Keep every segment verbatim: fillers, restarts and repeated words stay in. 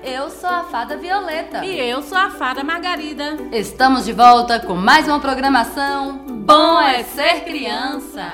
Eu sou a Fada Violeta. E eu sou a Fada Margarida. Estamos de volta com mais uma programação Bom é Ser Criança.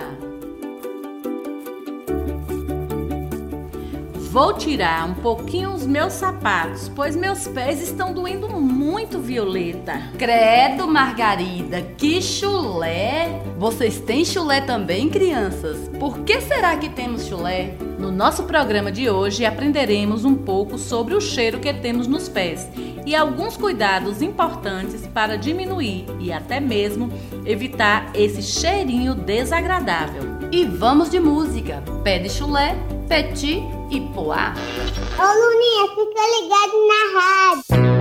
Vou tirar um pouquinho os meus sapatos, pois meus pés estão doendo muito, Violeta. Credo, Margarida, que chulé! Vocês têm chulé também, crianças? Por que será que temos chulé? No nosso programa de hoje aprenderemos um pouco sobre o cheiro que temos nos pés e alguns cuidados importantes para diminuir e até mesmo evitar esse cheirinho desagradável. E vamos de música. Pé de chulé, petit e poá. Ô Luninha, fica ligado na rádio.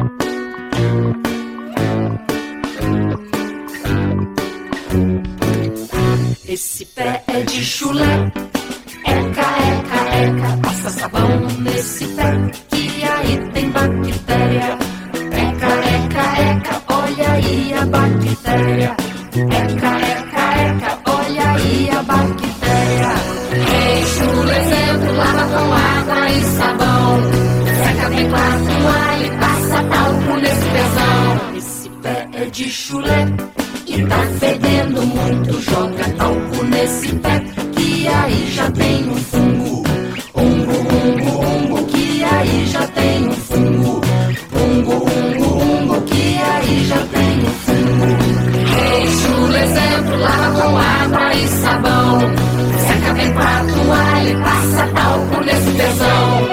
Esse pé é de chulé, eca, eca, eca. Passa sabão nesse pé, que aí tem bactéria. Eca, eca, eca, olha aí a bactéria. Eca, eca, eca, olha aí a bactéria. Ei, chulezento, lava com água e sabão. Seca bem com a toalha e passa talco nesse pezão. Esse pé é de chulé e tá fedendo muito. Joga talco nesse pé, que aí já tem um fungo. Ungo, ungo, ungo, que aí já tem um fungo. Ungo, ungo, ungo, que aí já tem um fungo. Ei, chulezento, lava com água e sabão. Seca bem com a toalha e passa talco nesse pezão.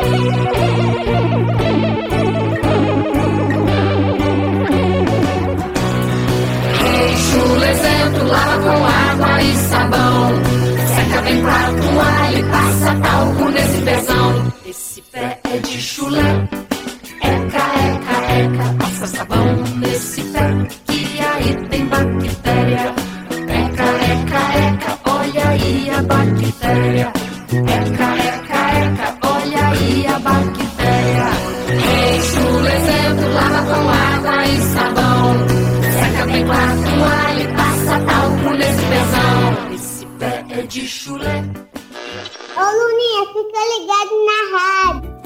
Ei, chulezento, lava com água e sabão. Seca bem com a toalha e passa talco nesse pezão. Esse pé é de chulé, eca, eca, eca. Passa sabão nesse pé, que aí tem bactéria. Eca, eca, eca, olha aí a bactéria. Eca, eca, eca, olha aí a bactéria. Ei, chulezento, lava com água e sabão. Seca bem com a toalha e passa talco nesse pezão. Esse pé é de chulé. Ô Luninha, fica ligado na rádio.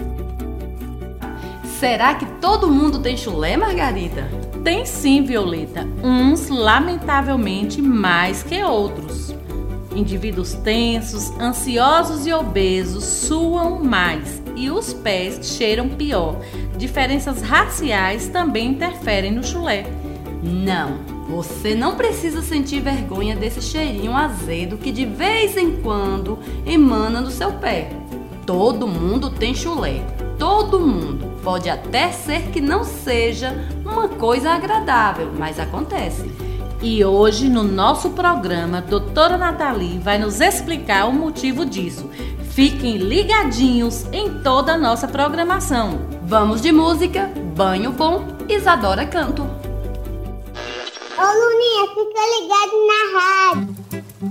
Será que todo mundo tem chulé, Margarida? Tem sim, Violeta. Uns, lamentavelmente, mais que outros. Indivíduos tensos, ansiosos e obesos suam mais e os pés cheiram pior. Diferenças raciais também interferem no chulé. Não, você não precisa sentir vergonha desse cheirinho azedo que de vez em quando emana do seu pé. Todo mundo tem chulé, todo mundo. Pode até ser que não seja uma coisa agradável, mas acontece. E hoje, no nosso programa, doutora Nathalie vai nos explicar o motivo disso. Fiquem ligadinhos em toda a nossa programação. Vamos de música, Banho Bom, Isadora Canto. Ô Luninha, fica ligado na rádio.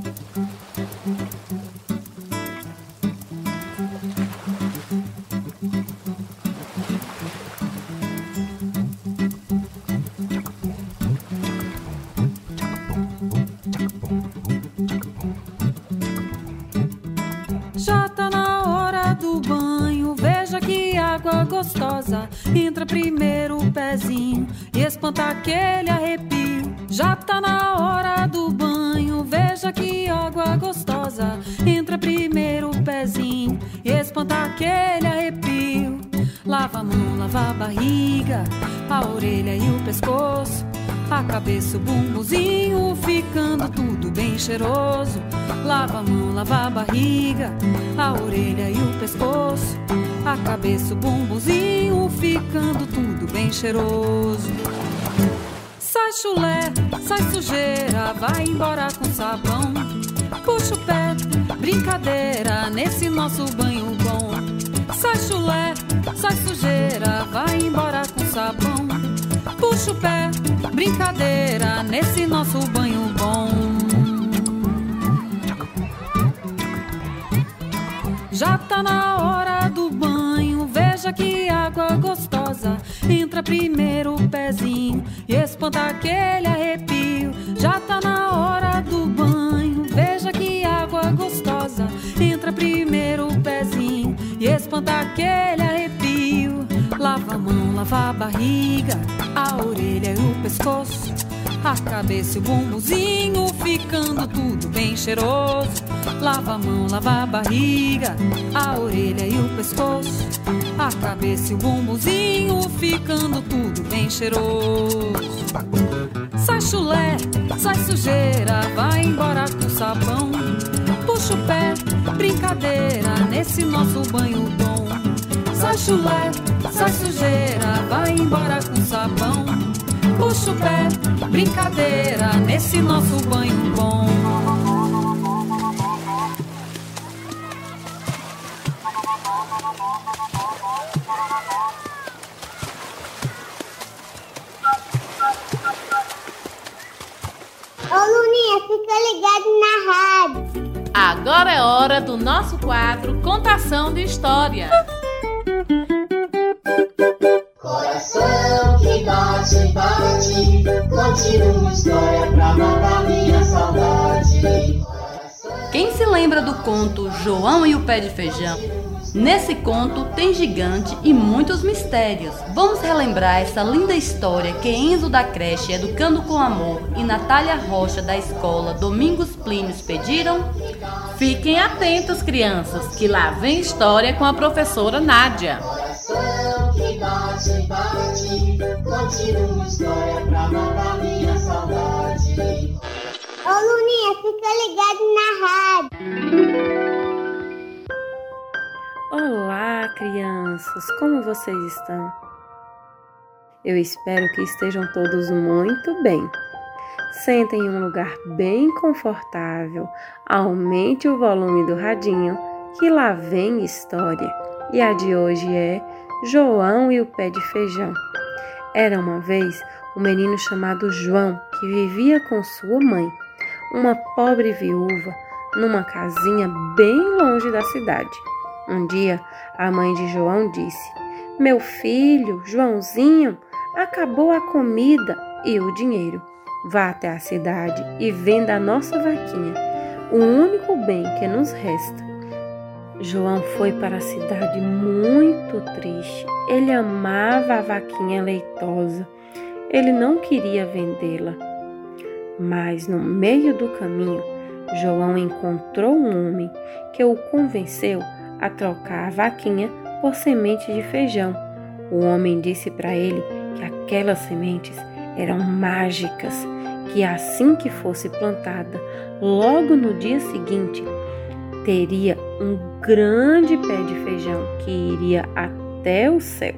Já tá na hora do banho, veja que água gostosa. Entra primeiro o pezinho e espanta aquele arrepio. Já tá na hora do banho, veja que água gostosa. Entra primeiro o pezinho e espanta aquele arrepio. Lava a mão, lava a barriga, a orelha e o pescoço, a cabeça, o bumbuzinho, ficando tudo bem cheiroso. Lava a mão, lava a barriga, a orelha e o pescoço, a cabeça, o bumbuzinho, ficando tudo bem cheiroso. Sai chulé, sai sujeira, vai embora com sabão. Puxa o pé, brincadeira, nesse nosso banho bom. Sai chulé, sai sujeira, vai embora com sabão. Puxa o pé, brincadeira, nesse nosso banho bom. Já tá na hora do banho, veja que água gostosa. Entra primeiro o pezinho e espanta aquele arrepio. Já tá na hora do banho, veja que água gostosa. Entra primeiro o pezinho e espanta aquele arrepio. Lava a mão, lava a barriga, a orelha e o pescoço, a cabeça e o bumbumzinho, ficando tudo bem cheiroso. Lava a mão, lava a barriga, a orelha e o pescoço, a cabeça e o bumbumzinho, ficando tudo bem cheiroso. Sai chulé, sai sujeira, vai embora com sabão. Puxa o pé, brincadeira, nesse nosso banho bom. Sai chulé, sai sujeira, vai embora com sabão. Puxa o pé, brincadeira, nesse nosso banho bom. Ô Luninha, fica ligado na rádio. Agora é hora do nosso quadro Contação de História. Coração que bate, bate, conte uma história pra matar minha saudade. Quem se lembra do conto João e o Pé de Feijão? Nesse conto tem gigante e muitos mistérios. Vamos relembrar essa linda história que Enzo da creche Educando com Amor e Natália Rocha da escola Domingos Plínios pediram? Fiquem atentos, crianças, que lá vem história com a professora Nádia. Coração que bate, bate, conte uma história pra matar minha saudade. Ô Luninha, fica ligado na rádio. Olá, crianças! Como vocês estão? Eu espero que estejam todos muito bem. Sentem em um lugar bem confortável, aumente o volume do radinho, que lá vem história. E a de hoje é João e o Pé de Feijão. Era uma vez um menino chamado João que vivia com sua mãe, uma pobre viúva, numa casinha bem longe da cidade. Um dia, a mãe de João disse: "Meu filho, Joãozinho, acabou a comida e o dinheiro. Vá até a cidade e venda a nossa vaquinha, o único bem que nos resta." João foi para a cidade muito triste. Ele amava a vaquinha leitosa. Ele não queria vendê-la. Mas no meio do caminho, João encontrou um homem que o convenceu a trocar a vaquinha por semente de feijão. O homem disse para ele que aquelas sementes eram mágicas, que assim que fosse plantada, logo no dia seguinte, teria um grande pé de feijão que iria até o céu.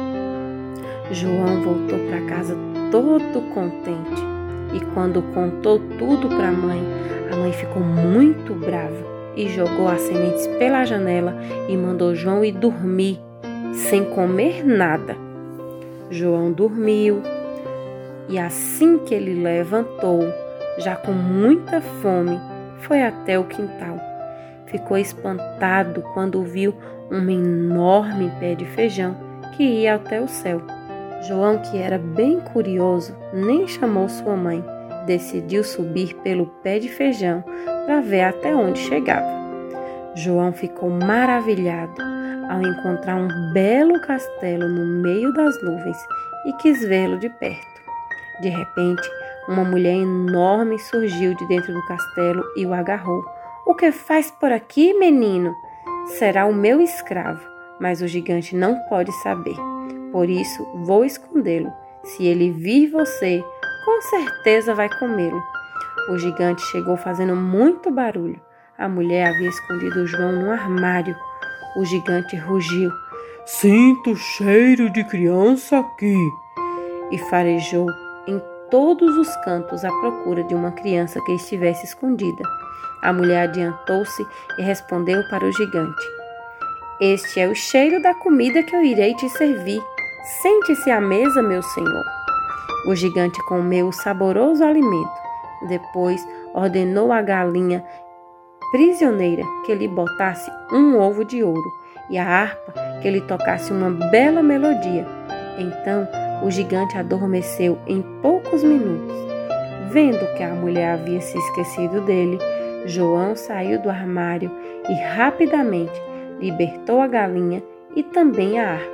João voltou para casa todo contente e quando contou tudo para a mãe, a mãe ficou muito brava e jogou as sementes pela janela e mandou João ir dormir sem comer nada. João dormiu e assim que ele levantou, já com muita fome, foi até o quintal. Ficou espantado quando viu um enorme pé de feijão que ia até o céu. João, que era bem curioso, nem chamou sua mãe. Decidiu subir pelo pé de feijão para ver até onde chegava. João ficou maravilhado ao encontrar um belo castelo no meio das nuvens e quis vê-lo de perto. De repente, uma mulher enorme surgiu de dentro do castelo e o agarrou. "O que faz por aqui, menino?" "Será o meu escravo, mas o gigante não pode saber. Por isso, vou escondê-lo. Se ele vir você, com certeza vai comê-lo." O gigante chegou fazendo muito barulho. A mulher havia escondido João no armário. O gigante rugiu: "Sinto cheiro de criança aqui!" E farejou em todos os cantos à procura de uma criança que estivesse escondida. A mulher adiantou-se e respondeu para o gigante: "Este é o cheiro da comida que eu irei te servir. Sente-se à mesa, meu senhor." O gigante comeu o saboroso alimento. Depois ordenou à galinha prisioneira que lhe botasse um ovo de ouro e a harpa que lhe tocasse uma bela melodia. Então o gigante adormeceu em poucos minutos. Vendo que a mulher havia se esquecido dele, João saiu do armário e rapidamente libertou a galinha e também a harpa.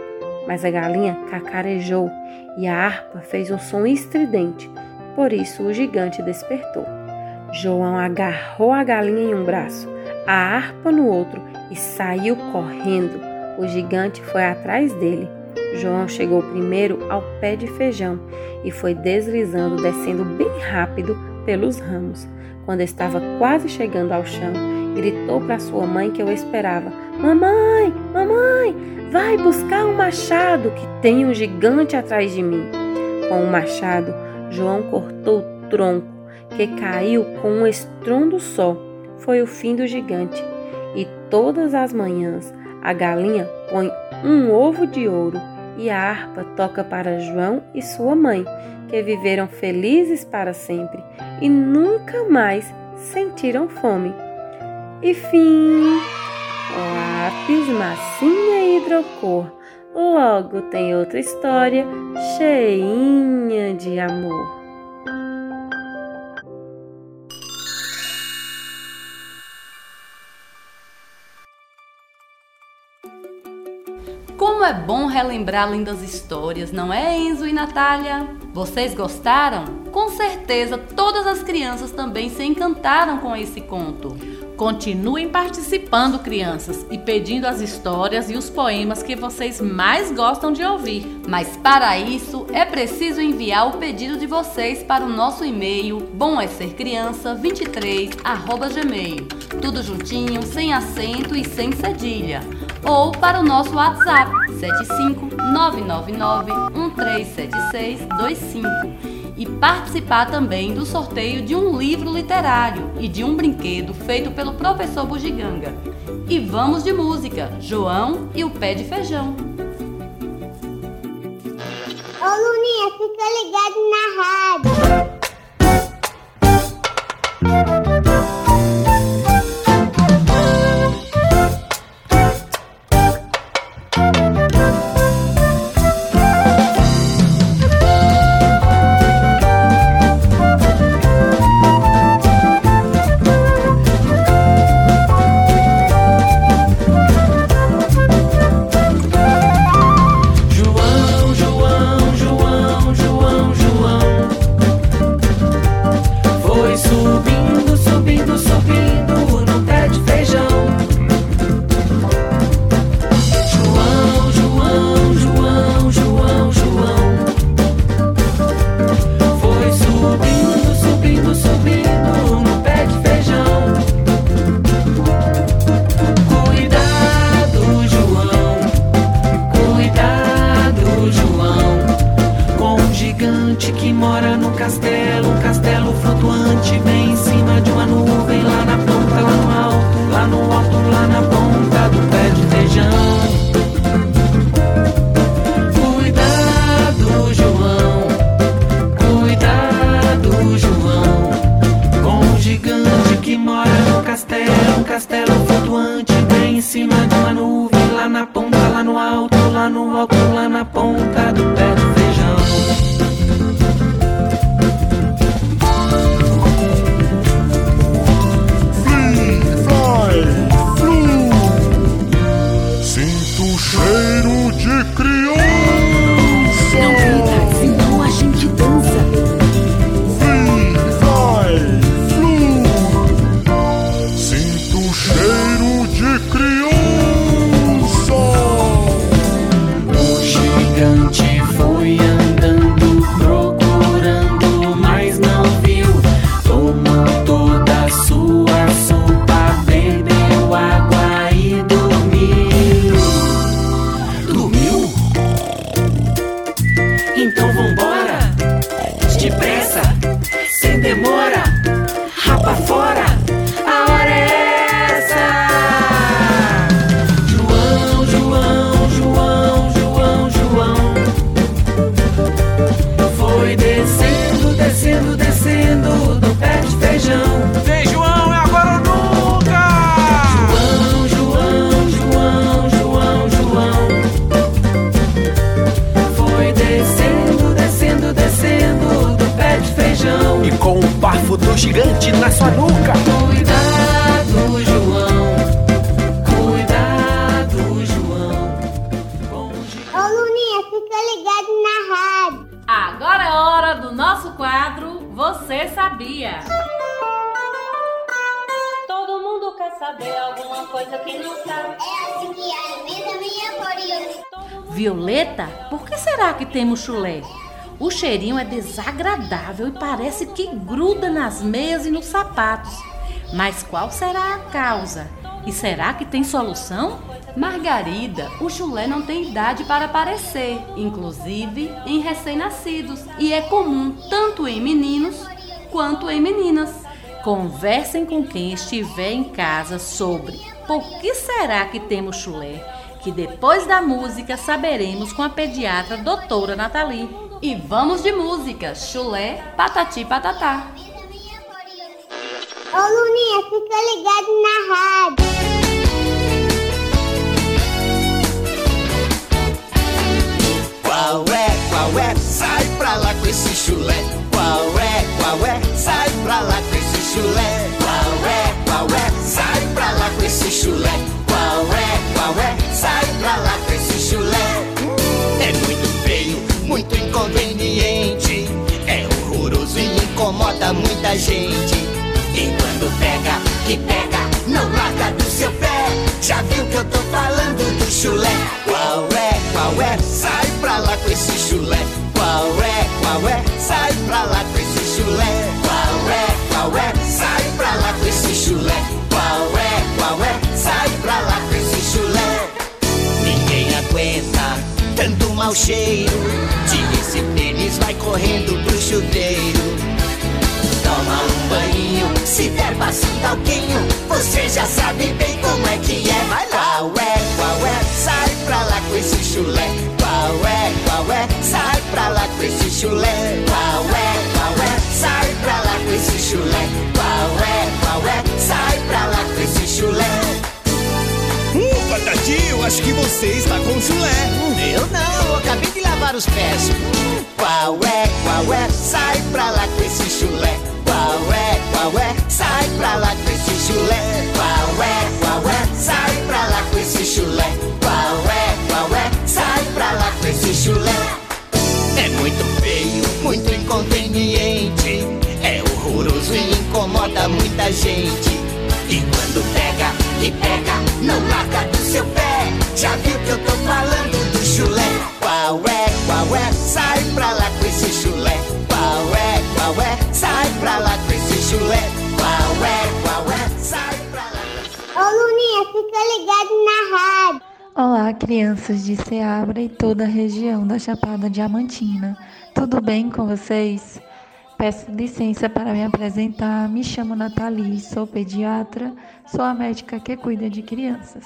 mas a galinha cacarejou e a harpa fez um som estridente. Por isso o gigante despertou. João agarrou a galinha em um braço, a harpa no outro e saiu correndo. O gigante foi atrás dele. João chegou primeiro ao pé de feijão e foi deslizando, descendo bem rápido pelos ramos. Quando estava quase chegando ao chão, gritou para sua mãe que o esperava: Mamãe, mamãe, vai buscar um machado que tem um gigante atrás de mim. Com o machado, João cortou o tronco, que caiu com um estrondo só. Foi o fim do gigante. E todas as manhãs a galinha põe um ovo de ouro e a harpa toca para João e sua mãe, que viveram felizes para sempre e nunca mais sentiram fome. E fim. Lápis, massinha e hidrocor. Logo tem outra história cheinha de amor. Como é bom relembrar lindas histórias, não é, Enzo e Natália? Vocês gostaram? Com certeza todas as crianças também se encantaram com esse conto. Continuem participando, crianças, e pedindo as histórias e os poemas que vocês mais gostam de ouvir. Mas para isso é preciso enviar o pedido de vocês para o nosso e-mail bom é ser criança vinte e três arroba gmail, tudo juntinho, sem acento e sem cedilha, ou para o nosso WhatsApp sete cinco nove nove nove um três sete seis dois cinco. E participar também do sorteio de um livro literário e de um brinquedo feito pelo professor Bugiganga. E vamos de música, João e o Pé de Feijão. Ô Luninha, fica ligado na rádio. Que mora no castelo, um castelo flutuante bem em cima de uma nuvem, lá na ponta, lá no alto, lá no alto, lá na ponta do pé de feijão. Cuidado, João, cuidado, João, com o gigante que mora no castelo, um castelo flutuante bem em cima de uma nuvem, lá na ponta, lá no alto, lá no alto, lá na ponta do pé de feijão. Cheiro de criança. Não grita, senão a gente dança. Vem, vai, flu. Sinto cheiro de criança. O gigante foi andando, procurando, mas não viu. Tomou toda a sua sopa, bebeu água e dormiu. Dormiu? Então vambora, depressa, sem demora, rapa fora, a hora é essa. João, João, João, João, João, foi descendo, descendo, descendo do pé de feijão. Vem, João, é agora ou nunca! João, João, João, João, João, foi descendo, descendo, descendo do pé de feijão. E com o bafo do gigante na sua nuca. Cuidado, João, cuidado, João, com o gigante. Ô Luninha, ligado na rádio. Agora é hora do nosso quadro Você Sabia? Todo mundo quer saber alguma coisa que não sabe. É assim que alimenta minha curiosidade. Violeta, por que será que temos chulé? O cheirinho é desagradável e parece que gruda nas meias e nos sapatos. Mas qual será a causa? E será que tem solução? Margarida, o chulé não tem idade para aparecer, inclusive em recém-nascidos, e é comum tanto em meninos quanto em meninas. Conversem com quem estiver em casa sobre por que será que temos chulé, que depois da música saberemos com a pediatra doutora Nathalie. E vamos de música, chulé, patati patatá. Ô Luninha, fica ligado na rádio. Qual é, qual é, sai pra lá com esse chulé. Qual é, qual é, sai pra lá com esse chulé. Qual é, qual é, sai pra lá com esse chulé. Qual é, qual é, sai pra lá com esse chulé. É muito feio, muito inconveniente. É horroroso e incomoda muita gente. E quando pega, que pega, não larga do seu pé. Já viu que eu tô falando do chulé? Qual é, qual é, sai pra lá com esse chulé. Qual é, qual é, sai pra lá com esse chulé. Qual é, qual é, sai pra lá com esse chulé. Qual é, qual é, sai pra lá com esse chulé. Ninguém aguenta tanto mau cheiro. Tira esse tênis, vai correndo pro chuveiro. Toma um banho, se der passo um talquinho, você já sabe bem como é que é. Vai lá. Qual é, qual é, sai pra lá com esse chulé. Qual é, qual é, sai pra lá com esse chulé. Qual é, qual é, sai pra lá com esse chulé. Qual é, qual é, sai pra lá com esse chulé. Hum, Patati, eu acho que você está com chulé. Eu não, eu acabei de lavar os pés. Hum, qual é, qual é, sai pra lá com esse chulé. Qual é, qual é, sai pra lá com esse chulé. Qual é, qual é, sai pra lá com esse chulé. Qual é, qual é, sai pra lá com esse chulé. É muito feio, muito inconveniente. É horroroso e incomoda muita gente. E quando pega, que pega, não larga do seu pé. Já viu que eu tô falando do chulé? Qual é, qual é, sai pra lá com esse chulé. Qual é, qual é, sai pra lá com esse chulé. Qual é, qual é, sai pra lá. Ô Luninha, fica ligado na rádio. Olá, crianças de Ceabra e toda a região da Chapada Diamantina. Tudo bem com vocês? Peço licença para me apresentar. Me chamo Nathalie, sou pediatra, sou a médica que cuida de crianças.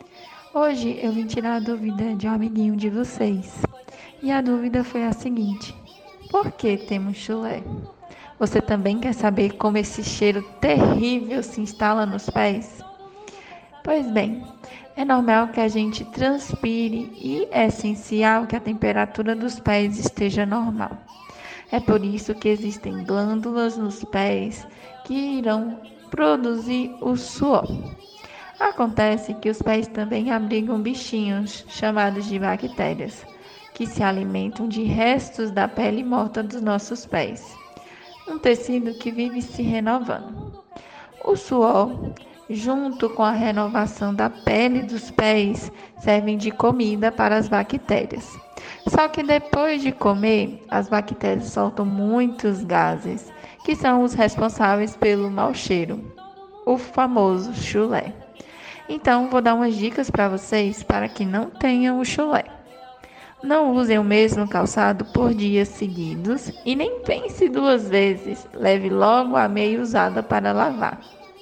Hoje eu vim tirar a dúvida de um amiguinho de vocês. E a dúvida foi a seguinte: por que temos chulé? Você também quer saber como esse cheiro terrível se instala nos pés? Pois bem, é normal que a gente transpire e é essencial que a temperatura dos pés esteja normal. É por isso que existem glândulas nos pés que irão produzir o suor. Acontece que os pés também abrigam bichinhos, chamados de bactérias, que se alimentam de restos da pele morta dos nossos pés. Um tecido que vive se renovando. O suor, junto com a renovação da pele dos pés, servem de comida para as bactérias. Só que depois de comer, as bactérias soltam muitos gases, que são os responsáveis pelo mau cheiro, o famoso chulé. Então, vou dar umas dicas para vocês para que não tenham o chulé. Não usem o mesmo calçado por dias seguidos e nem pense duas vezes, leve logo a meia usada para lavar.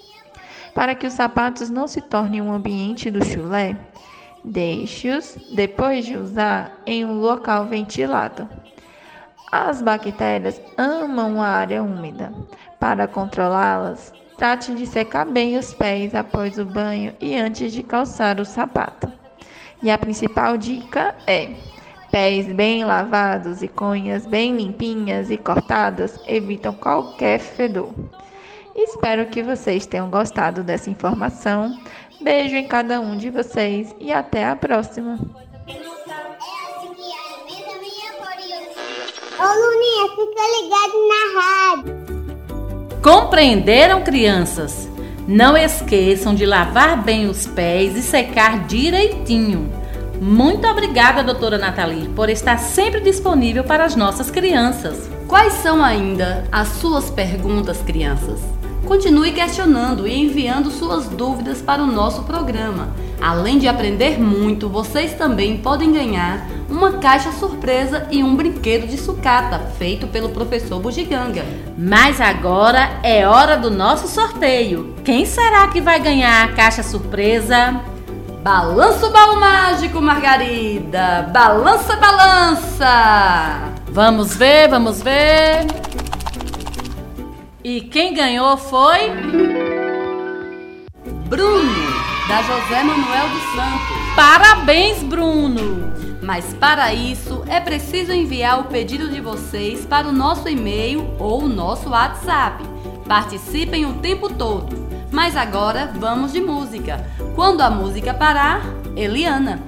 Para que os sapatos não se tornem um ambiente do chulé, deixe-os, depois de usar, em um local ventilado. As bactérias amam a área úmida. Para controlá-las, trate de secar bem os pés após o banho e antes de calçar o sapato. E a principal dica é: pés bem lavados e com unhas bem limpinhas e cortadas evitam qualquer fedor. Espero que vocês tenham gostado dessa informação. Beijo em cada um de vocês e até a próxima. É assim que alimenta minha Ô Luninha, fica ligado na rádio. Compreenderam, crianças? Não esqueçam de lavar bem os pés e secar direitinho. Muito obrigada, doutora Nathalie, por estar sempre disponível para as nossas crianças. Quais são ainda as suas perguntas, crianças? Continue questionando e enviando suas dúvidas para o nosso programa. Além de aprender muito, vocês também podem ganhar uma caixa surpresa e um brinquedo de sucata, feito pelo professor Bugiganga. Mas agora é hora do nosso sorteio. Quem será que vai ganhar a caixa surpresa? Balança o baú mágico, Margarida! Balança, balança! Vamos ver, vamos ver. E quem ganhou foi... Bruno, da José Manuel dos Santos. Parabéns, Bruno! Mas para isso é preciso enviar o pedido de vocês para o nosso e-mail ou o nosso WhatsApp. Participem o tempo todo. Mas agora vamos de música. Quando a música parar, Eliana.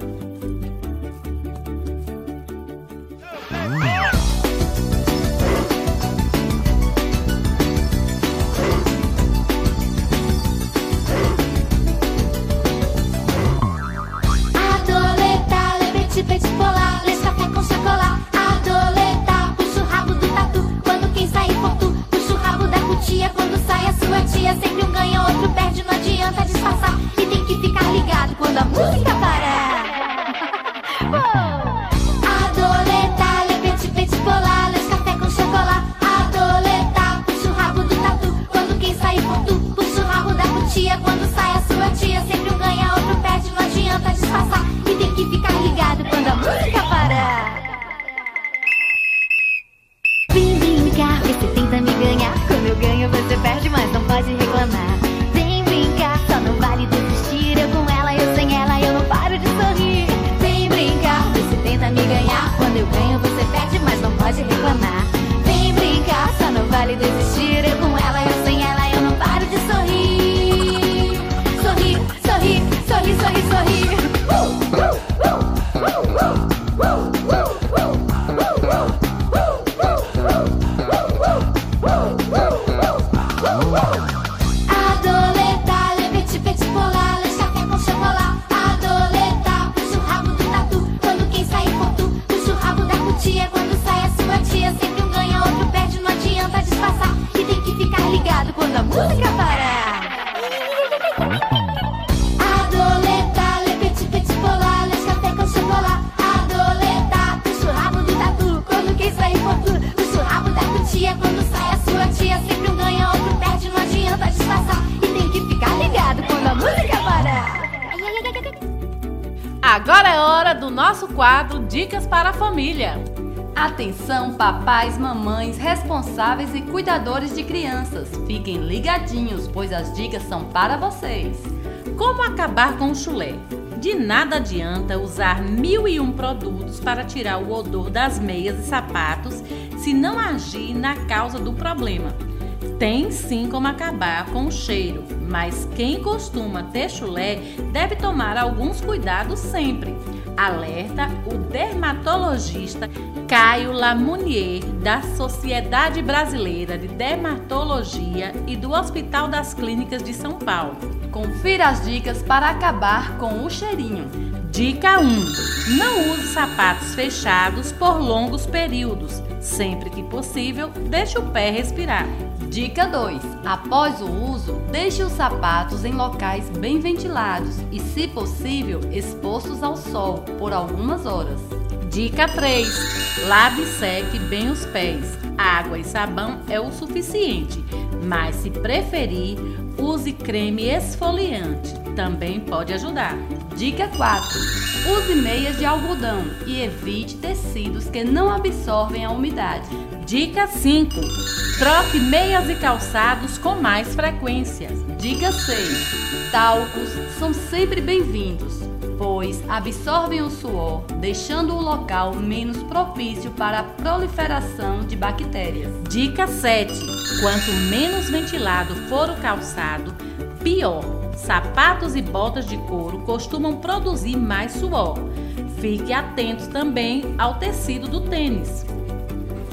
Agora é hora do nosso quadro Dicas para a Família. Atenção, papais, mamães, responsáveis e cuidadores de crianças. Fiquem ligadinhos, pois as dicas são para vocês. Como acabar com o chulé? De nada adianta usar mil e um produtos para tirar o odor das meias e sapatos se não agir na causa do problema. Tem sim como acabar com o cheiro, mas quem costuma ter chulé deve tomar alguns cuidados sempre. Alerta o dermatologista Caio Lamounier, da Sociedade Brasileira de Dermatologia e do Hospital das Clínicas de São Paulo. Confira as dicas para acabar com o cheirinho. Dica um. Não use sapatos fechados por longos períodos. Sempre que possível, deixe o pé respirar. Dica dois. Após o uso, deixe os sapatos em locais bem ventilados e, se possível, expostos ao sol por algumas horas. Dica três. Lave e seque bem os pés. Água e sabão é o suficiente, mas se preferir, use creme esfoliante. Também pode ajudar. Dica quatro. Use meias de algodão e evite tecidos que não absorvem a umidade. Dica cinco. Troque meias e calçados com mais frequência. Dica seis. Talcos são sempre bem-vindos, pois absorvem o suor, deixando o local menos propício para a proliferação de bactérias. Dica sete. Quanto menos ventilado for o calçado, pior. Sapatos e botas de couro costumam produzir mais suor. Fique atento também ao tecido do tênis.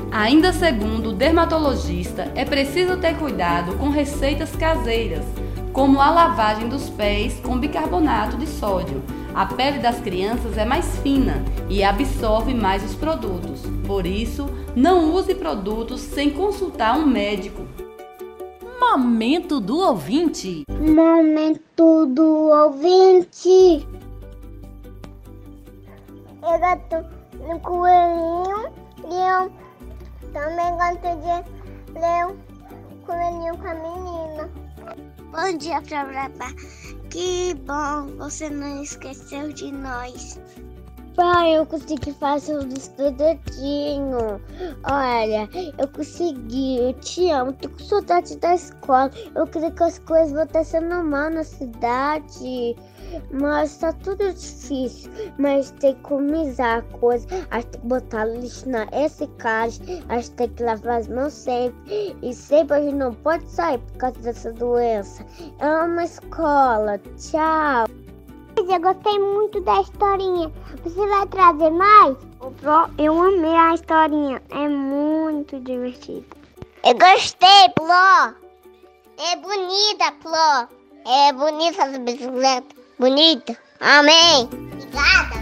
Ainda segundo o dermatologista, é preciso ter cuidado com receitas caseiras, como a lavagem dos pés com bicarbonato de sódio. A pele das crianças é mais fina e absorve mais os produtos. Por isso, não use produtos sem consultar um médico. Momento do ouvinte. Momento do ouvinte. Eu gosto do coelhinho e eu também gosto de ler o coelhinho com a menina. Bom dia, Brabá. Que bom, você não esqueceu de nós. Pai, eu consegui fazer o estudadinho. Olha, eu consegui, eu te amo. Tô com saudade da escola. Eu queria que as coisas voltassem normal na cidade. Mas tá tudo difícil. Mas tem que comisar a coisa. A gente tem que botar lixo na reciclagem. A gente tem que lavar as mãos sempre. E sempre a gente não pode sair por causa dessa doença. Eu amo a escola. Tchau. Eu gostei muito da historinha. Você vai trazer mais? Eu amei a historinha. É muito divertida. Eu gostei, Pló. É bonita, Pló. É bonita essa bicicleta. Bonita. Amém. Obrigada.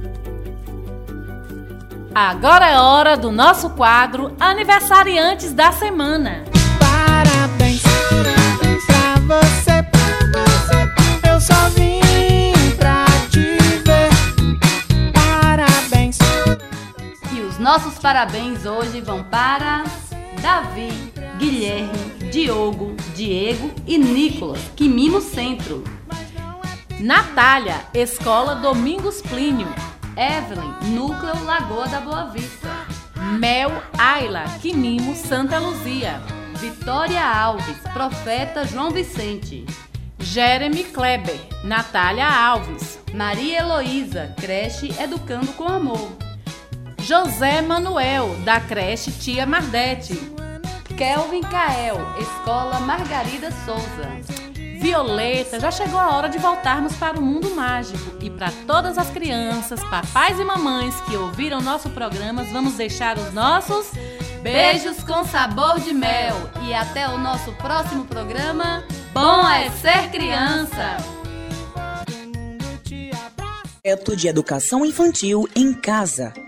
Agora é hora do nosso quadro Aniversariantes da Semana. Parabéns, parabéns pra você, pra você. Eu só vim pra te ver. Parabéns. E os nossos parabéns hoje vão para Davi, Guilherme, Diogo, Diego e Nicolas, Quimimo Centro. Natália, Escola Domingos Plínio. Evelyn, Núcleo Lagoa da Boa Vista. Mel Ayla, Quimimo Santa Luzia. Vitória Alves, Profeta João Vicente. Jeremy Kleber, Natália Alves. Maria Heloísa, Creche Educando com Amor. José Manuel, da Creche Tia Mardete. Kelvin Cael, Escola Margarida Souza. Violeta, já chegou a hora de voltarmos para o mundo mágico. E para todas as crianças, papais e mamães que ouviram nosso programa, vamos deixar os nossos beijos com sabor de mel. E até o nosso próximo programa. Bom é ser criança! Projeto de Educação Infantil em Casa.